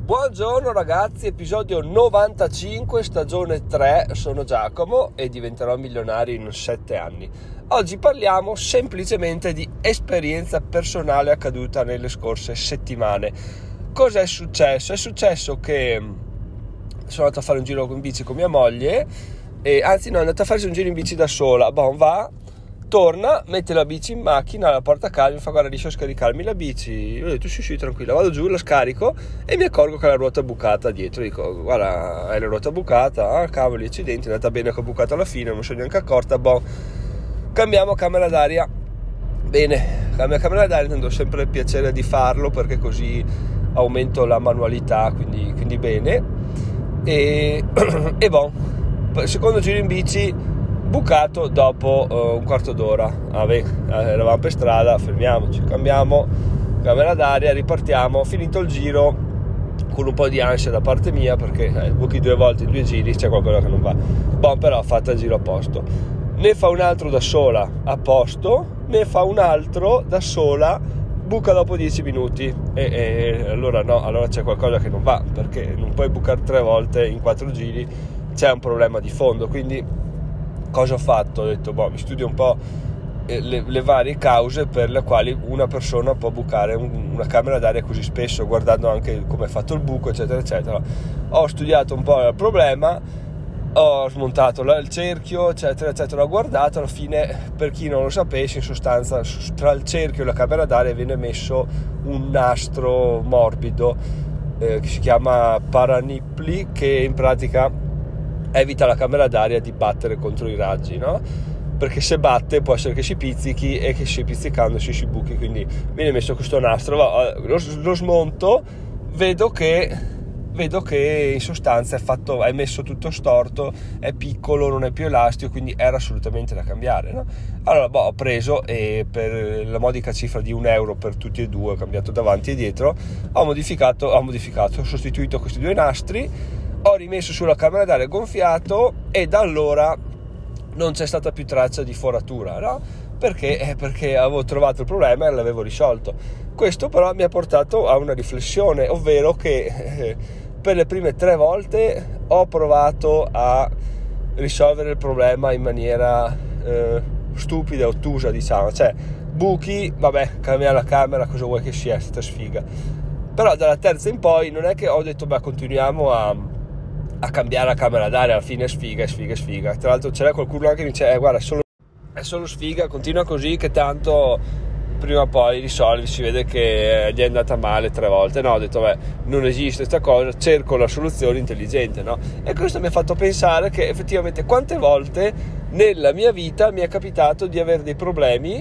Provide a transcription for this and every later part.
Buongiorno ragazzi, episodio 95, stagione 3, sono Giacomo e diventerò milionario in 7 anni. Oggi parliamo semplicemente di esperienza personale accaduta nelle scorse settimane. Cosa è successo? È successo che sono andato a fare un giro in bici con mia moglie, è andata a farsi un giro in bici da sola. Torna, mette la bici in macchina, la porta a casa, mi fa: guarda, riesci a scaricarmi la bici? Io ho detto sì, tranquilla, vado giù, la scarico e mi accorgo che la ruota è bucata dietro. Dico: guarda, è la ruota bucata, cavoli, accidenti, è andata bene che ho bucato alla fine, non mi sono neanche accorta. Cambiamo camera d'aria. Bene, cambio camera d'aria, tengo sempre il piacere di farlo perché così aumento la manualità, quindi bene. Secondo giro in bici bucato dopo un quarto d'ora. Eravamo per strada, fermiamoci, cambiamo camera d'aria, ripartiamo. Finito il giro, con un po' di ansia da parte mia perché buchi 2 volte in 2 giri, c'è qualcosa che non va. Però fatta il giro a posto. Ne fa un altro da sola a posto, ne fa un altro da sola, buca dopo 10 minuti allora c'è qualcosa che non va, perché non puoi bucare 3 volte in 4 giri, c'è un problema di fondo. Quindi cosa ho fatto? Ho detto mi studio un po' le varie cause per le quali una persona può bucare una camera d'aria così spesso, guardando anche come è fatto il buco, eccetera eccetera. Ho studiato un po' il problema, ho smontato il cerchio, eccetera eccetera, ho guardato. Alla fine, per chi non lo sapesse, in sostanza tra il cerchio e la camera d'aria viene messo un nastro morbido che si chiama paranipli, che in pratica evita la camera d'aria di battere contro i raggi, no? Perché se batte può essere che si pizzichi e che pizzicandosi si buchi. Quindi viene messo questo nastro, lo smonto, vedo che in sostanza è messo tutto storto, è piccolo, non è più elastico, quindi era assolutamente da cambiare, no? Allora ho preso e per la modica cifra di €1 per tutti e due, ho cambiato davanti e dietro, ho sostituito questi 2 nastri, ho rimesso sulla camera d'aria gonfiato e da allora non c'è stata più traccia di foratura, no? Perché avevo trovato il problema e l'avevo risolto. Questo però mi ha portato a una riflessione, ovvero che per le prime 3 volte ho provato a risolvere il problema in maniera stupida e ottusa, diciamo. Cioè, buchi, cambia la camera, cosa vuoi che sia, sta sfiga. Però dalla terza in poi non è che ho detto continuiamo a cambiare la camera d'aria, alla fine è sfiga. Tra l'altro c'era qualcuno anche che mi dice guarda, è solo sfiga, continua così che tanto prima o poi risolvi, si vede che gli è andata male 3 volte. No, ho detto non esiste questa cosa, cerco la soluzione intelligente, no? E questo mi ha fatto pensare che effettivamente quante volte nella mia vita mi è capitato di avere dei problemi,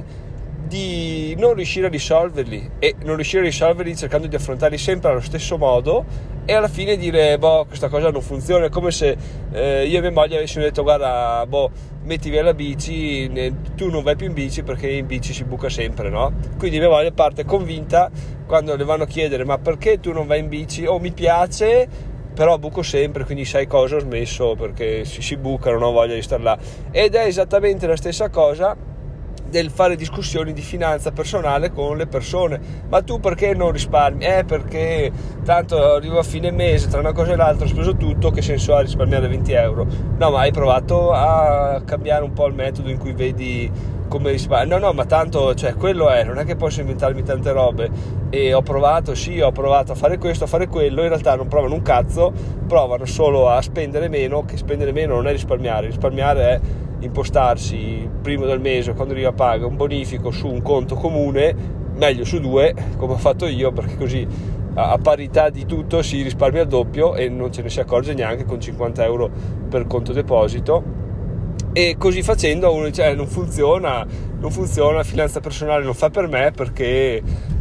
di non riuscire a risolverli cercando di affrontarli sempre allo stesso modo e alla fine dire questa cosa non funziona. È come se io e mia moglie avessimo detto guarda, metti via la bici, tu non vai più in bici perché in bici si buca sempre, no? Quindi mia moglie parte convinta quando le vanno a chiedere ma perché tu non vai in bici? Mi piace, però buco sempre, quindi sai cosa, ho smesso perché si buca, non ho voglia di star là. Ed è esattamente la stessa cosa del fare discussioni di finanza personale con le persone. Ma tu perché non risparmi? Perché tanto arrivo a fine mese, tra una cosa e l'altra ho speso tutto, che senso ha risparmiare €20? No, ma hai provato a cambiare un po' il metodo in cui vedi come risparmi? No, ma tanto, quello non è che posso inventarmi tante robe. E ho provato a fare questo, a fare quello. In realtà non provano un cazzo, provano solo a spendere meno, che spendere meno non è risparmiare è impostarsi primo del mese, quando arriva a paga, un bonifico su un conto comune, meglio su 2, come ho fatto io, perché così a parità di tutto si risparmia il doppio e non ce ne si accorge neanche con €50 per conto deposito. E così facendo uno dice non funziona, la finanza personale non fa per me perché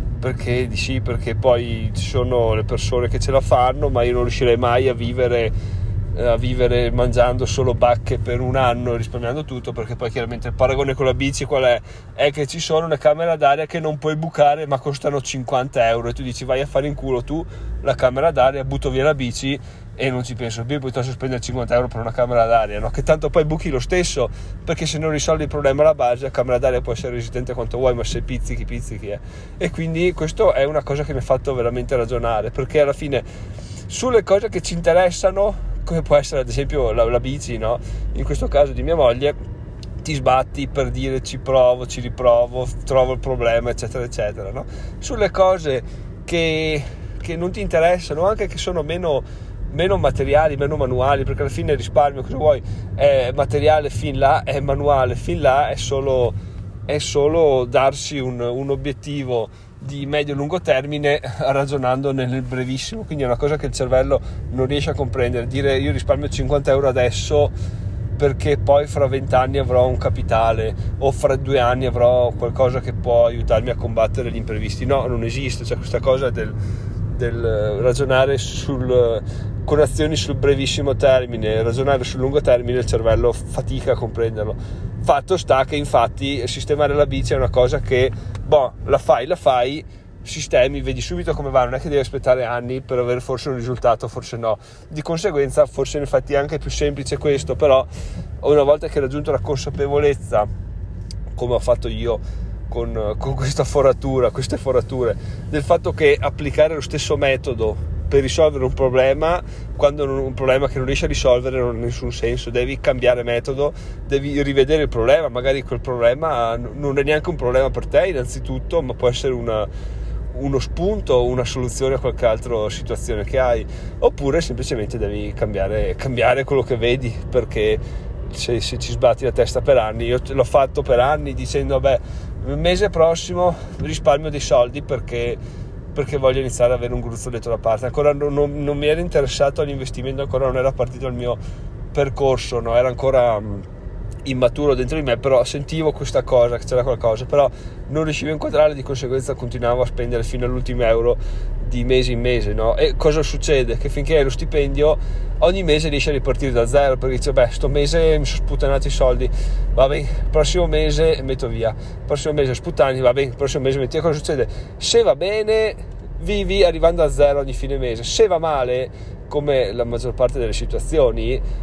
poi ci sono le persone che ce la fanno, ma io non riuscirei mai a vivere mangiando solo bacche per un anno, risparmiando tutto, perché poi chiaramente il paragone con la bici qual è? È che ci sono le camere d'aria che non puoi bucare ma costano €50 e tu dici vai a fare in culo tu la camera d'aria, butto via la bici e non ci penso più, piuttosto spendere €50 per una camera d'aria, no? Che tanto poi buchi lo stesso, perché se non risolvi il problema alla base la camera d'aria può essere resistente quanto vuoi, ma se pizzichi e quindi questo è una cosa che mi ha fatto veramente ragionare, perché alla fine Sulle cose che ci interessano, come può essere ad esempio la bici, no? In questo caso di mia moglie, ti sbatti per dire ci provo, ci riprovo, trovo il problema, eccetera eccetera, no? Sulle cose che non ti interessano, anche che sono meno materiali, meno manuali, perché alla fine il risparmio, cosa vuoi? È materiale fin là, è manuale fin là, è solo darsi un obiettivo di medio-lungo termine ragionando nel brevissimo, quindi è una cosa che il cervello non riesce a comprendere. Dire io risparmio 50 euro adesso perché poi fra 20 anni avrò un capitale, o fra 2 anni avrò qualcosa che può aiutarmi a combattere gli imprevisti. No, non esiste. C'è questa cosa del ragionare con azioni sul brevissimo termine, ragionare sul lungo termine, il cervello fatica a comprenderlo. Fatto sta che infatti sistemare la bici è una cosa che la fai, sistemi, vedi subito come va, non è che devi aspettare anni per avere forse un risultato, forse no. Di conseguenza forse infatti è anche più semplice questo, però una volta che hai raggiunto la consapevolezza, come ho fatto io con queste forature, del fatto che applicare lo stesso metodo per risolvere un problema, quando un problema che non riesci a risolvere, non ha nessun senso. Devi cambiare metodo, devi rivedere il problema. Magari quel problema non è neanche un problema per te innanzitutto, ma può essere uno spunto, una soluzione a qualche altra situazione che hai, oppure semplicemente devi cambiare quello che vedi, perché se ci sbatti la testa per anni, io l'ho fatto per anni dicendo il mese prossimo risparmio dei soldi perché voglio iniziare ad avere un gruzzoletto da parte. Ancora non mi ero interessato all'investimento, ancora non era partito il mio percorso, no? Era ancora immaturo dentro di me, però sentivo questa cosa, che c'era qualcosa, però non riuscivo a inquadrarla, di conseguenza continuavo a spendere fino all'ultimo euro di mese in mese, no? E cosa succede? Che finché hai lo stipendio ogni mese riesci a ripartire da zero, perché dici sto mese mi sono sputtanato i soldi, va bene, prossimo mese metto via, prossimo mese sputtani, va bene, prossimo mese metti via. Cosa succede? Se va bene vivi arrivando a zero ogni fine mese, se va male, come la maggior parte delle situazioni,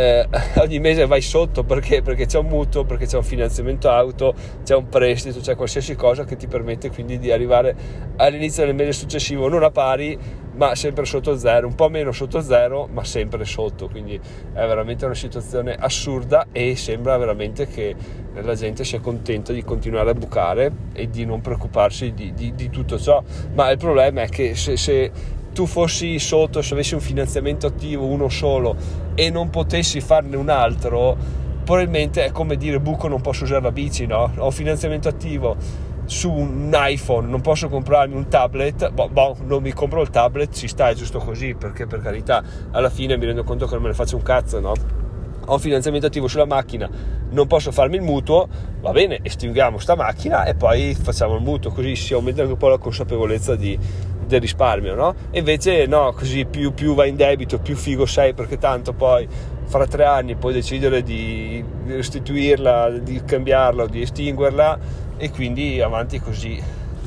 ogni mese vai sotto perché c'è un mutuo, perché c'è un finanziamento auto, c'è un prestito, c'è qualsiasi cosa che ti permette quindi di arrivare all'inizio del mese successivo non a pari, ma sempre sotto zero, un po' meno sotto zero, ma sempre sotto. Quindi è veramente una situazione assurda e sembra veramente che la gente sia contenta di continuare a bucare e di non preoccuparsi di tutto ciò. Ma il problema è che se tu fossi sotto, se avessi un finanziamento attivo, uno solo, e non potessi farne un altro, probabilmente è come dire buco, non posso usare la bici, no? Ho finanziamento attivo su un iPhone, non posso comprarmi un tablet, non mi compro il tablet, ci sta, è giusto così, perché per carità alla fine mi rendo conto che non me ne faccio un cazzo, no? Ho un finanziamento attivo sulla macchina, non posso farmi il mutuo, va bene, estinguiamo sta macchina e poi facciamo il mutuo, così si aumenta anche un po' la consapevolezza del risparmio, no? E invece no, così più vai in debito, più figo sei, perché tanto poi fra 3 anni puoi decidere di restituirla, di cambiarla o di estinguerla, e quindi avanti così.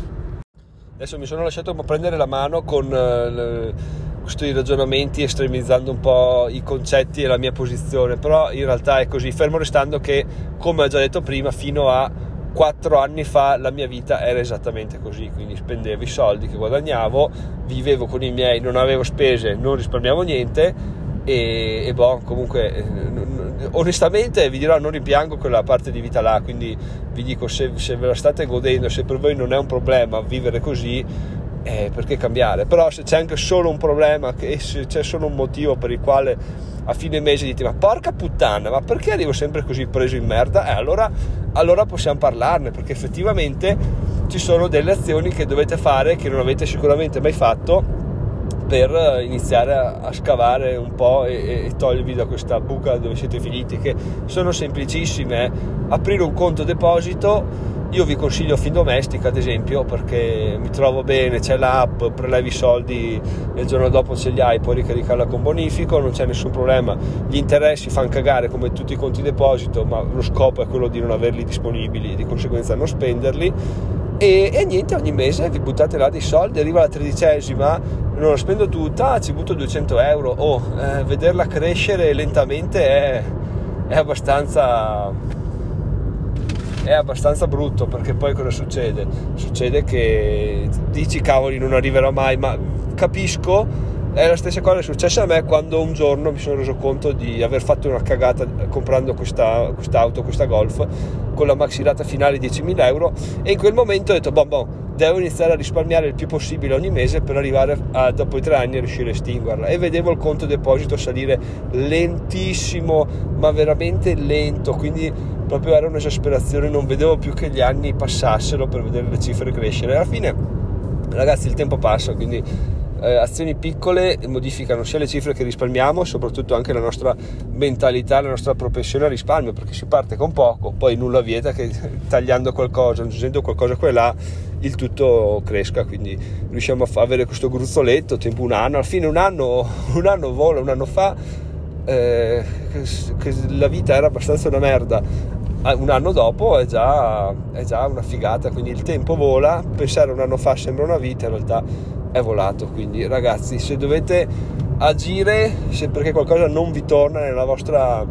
Adesso mi sono lasciato prendere la mano con questi ragionamenti, estremizzando un po' i concetti e la mia posizione, però in realtà è così, fermo restando che, come ho già detto prima, fino a 4 anni fa la mia vita era esattamente così, quindi spendevo i soldi che guadagnavo, vivevo con i miei, non avevo spese, non risparmiavo niente e comunque onestamente vi dirò, non rimpiango quella parte di vita là, quindi vi dico, se ve la state godendo, se per voi non è un problema vivere così, perché cambiare? Però se c'è anche solo un problema, se c'è solo un motivo per il quale a fine mese dite ma porca puttana, ma perché arrivo sempre così preso in merda, allora possiamo parlarne, perché effettivamente ci sono delle azioni che dovete fare che non avete sicuramente mai fatto per iniziare a scavare un po' e togliervi da questa buca dove siete finiti, che sono semplicissime. Aprire un conto deposito, io vi consiglio Findomestic ad esempio, perché mi trovo bene, c'è l'app, prelevi i soldi e il giorno dopo ce li hai, puoi ricaricarla con bonifico, non c'è nessun problema. Gli interessi fanno cagare come tutti i conti deposito, ma lo scopo è quello di non averli disponibili, di conseguenza non spenderli, e niente, ogni mese vi buttate là dei soldi, arriva la 13ª, non la spendo tutta, ci butto 200 euro, vederla crescere lentamente è abbastanza brutto, perché poi cosa succede? Succede che dici cavoli, non arriverò mai, ma capisco È la stessa cosa che è successa a me quando un giorno mi sono reso conto di aver fatto una cagata comprando quest'auto, questa Golf, con la maxilata finale 10.000 euro, e in quel momento ho detto devo iniziare a risparmiare il più possibile ogni mese per arrivare dopo i 3 anni a riuscire a estinguerla. E vedevo il conto deposito salire lentissimo, ma veramente lento, quindi proprio era un'esasperazione, non vedevo più che gli anni passassero per vedere le cifre crescere. Alla fine, ragazzi, il tempo passa, quindi azioni piccole modificano sia le cifre che risparmiamo, soprattutto anche la nostra mentalità, la nostra propensione al risparmio, perché si parte con poco, poi nulla vieta che tagliando qualcosa, aggiungendo qualcosa qua e là, il tutto cresca. Quindi riusciamo a avere questo gruzzoletto tempo un anno, alla fine un anno vola, un anno fa che la vita era abbastanza una merda, un anno dopo è già una figata, quindi il tempo vola. Pensare un anno fa sembra una vita, in realtà è volato. Quindi ragazzi, se dovete agire, se perché qualcosa non vi torna nella vostra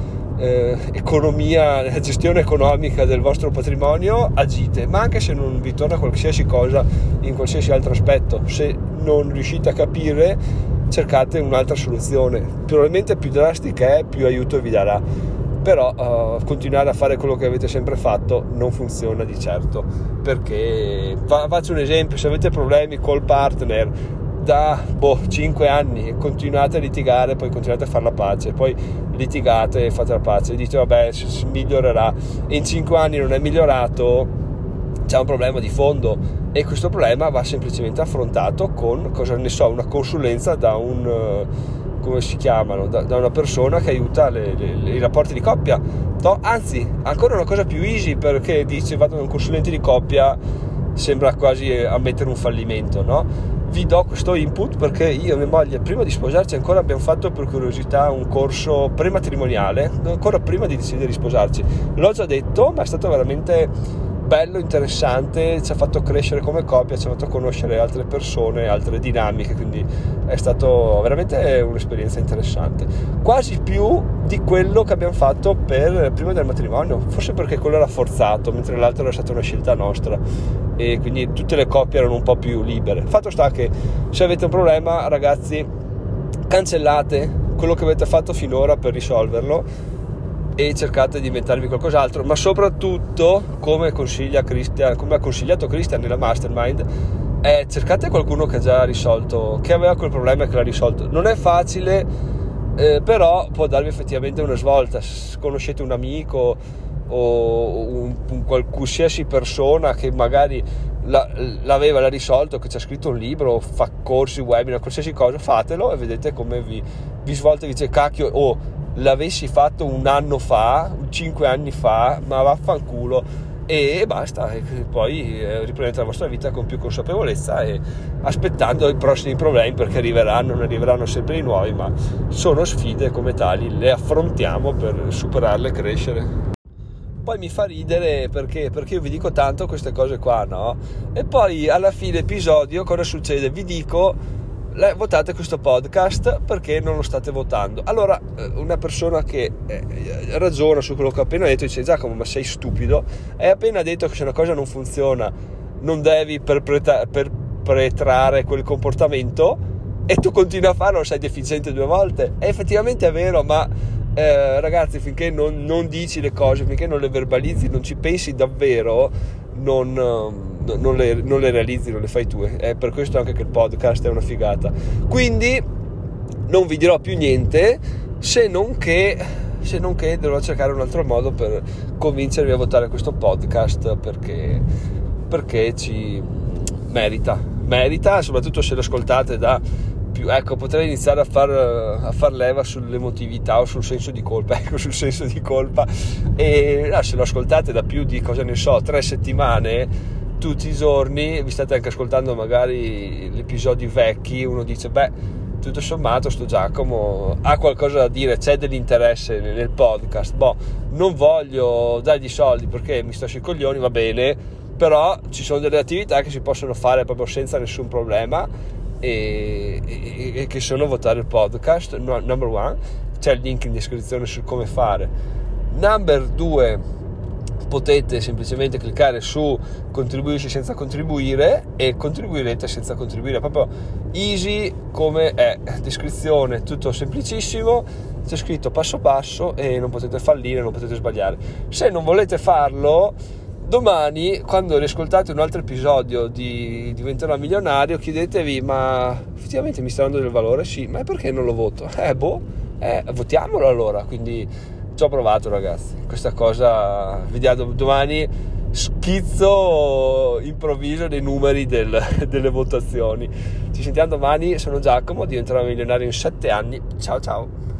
economia, nella gestione economica del vostro patrimonio, agite, ma anche se non vi torna qualsiasi cosa in qualsiasi altro aspetto, se non riuscite a capire, cercate un'altra soluzione, probabilmente più drastica, più aiuto vi darà, però continuare a fare quello che avete sempre fatto non funziona di certo, perché faccio un esempio: se avete problemi col partner da 5 anni e continuate a litigare, poi continuate a fare la pace, poi litigate e fate la pace e dite vabbè, si migliorerà, e in 5 anni non è migliorato, c'è un problema di fondo, e questo problema va semplicemente affrontato con, una consulenza da come si chiamano, da una persona che aiuta i rapporti di coppia. Anzi, ancora una cosa più easy, perché dice vado da un consulente di coppia sembra quasi ammettere un fallimento, no? Vi do questo input perché io e mia moglie, prima di sposarci, ancora abbiamo fatto per curiosità un corso prematrimoniale, ancora prima di decidere di sposarci. L'ho già detto, ma è stato veramente bello, interessante, ci ha fatto crescere come coppia, ci ha fatto conoscere altre persone, altre dinamiche, quindi è stato veramente un'esperienza interessante, quasi più di quello che abbiamo fatto prima del matrimonio, forse perché quello era forzato, mentre l'altro era stata una scelta nostra, e quindi tutte le coppie erano un po' più libere. Fatto sta che se avete un problema, ragazzi, cancellate quello che avete fatto finora per risolverlo e cercate di inventarvi qualcos'altro, ma soprattutto, come ha consigliato Christian nella mastermind, cercate qualcuno che ha già risolto, che aveva quel problema e che l'ha risolto. Non è facile, però può darvi effettivamente una svolta. Conoscete un amico o qualsiasi persona che magari l'ha risolto, che ci ha scritto un libro, fa corsi, webinar, qualsiasi cosa, fatelo e vedete come vi svolta, vi dice cacchio, l'avessi fatto un anno fa, 5 anni fa, ma vaffanculo, e basta, e poi riprendete la vostra vita con più consapevolezza e aspettando i prossimi problemi, perché arriveranno sempre i nuovi, ma sono sfide, come tali le affrontiamo per superarle e crescere. Poi mi fa ridere perché io vi dico tanto queste cose qua, no? E poi alla fine episodio cosa succede? Vi dico votate questo podcast perché non lo state votando. Allora una persona che ragiona su quello che ho appena detto dice: Giacomo, ma sei stupido, hai appena detto che se una cosa non funziona non devi perpetrare quel comportamento e tu continui a farlo, sei deficiente 2 volte. E effettivamente è vero, ma ragazzi, finché non dici le cose, finché non le verbalizzi, non ci pensi davvero, non le realizzi, non le fai tu. È per questo anche che il podcast è una figata. Quindi non vi dirò più niente, se non che dovrò cercare un altro modo per convincervi a votare questo podcast, perché ci merita, soprattutto se lo ascoltate da più. Ecco, potrei iniziare a far leva sull'emotività o sul senso di colpa, e se lo ascoltate da più di 3 settimane tutti i giorni, vi state anche ascoltando magari gli episodi vecchi, uno dice tutto sommato sto Giacomo ha qualcosa da dire, c'è dell'interesse nel podcast, non voglio dargli soldi perché mi sto sui coglioni, va bene, però ci sono delle attività che si possono fare proprio senza nessun problema, e che sono votare il podcast, number 1, c'è il link in descrizione su come fare. Number 2, potete semplicemente cliccare su contribuisci senza contribuire e contribuirete senza contribuire, proprio easy come è, descrizione, tutto semplicissimo, c'è scritto passo passo e non potete fallire, non potete sbagliare. Se non volete farlo, domani quando riascoltate un altro episodio di Diventerò Milionario, chiedetevi: ma effettivamente mi sta dando del valore? Sì, ma perché non lo voto? Votiamolo allora. Quindi ci ho provato, ragazzi, questa cosa. Vediamo domani, schizzo improvviso dei numeri delle votazioni. Ci sentiamo domani. Sono Giacomo, diventerò milionario in 7 anni. Ciao ciao.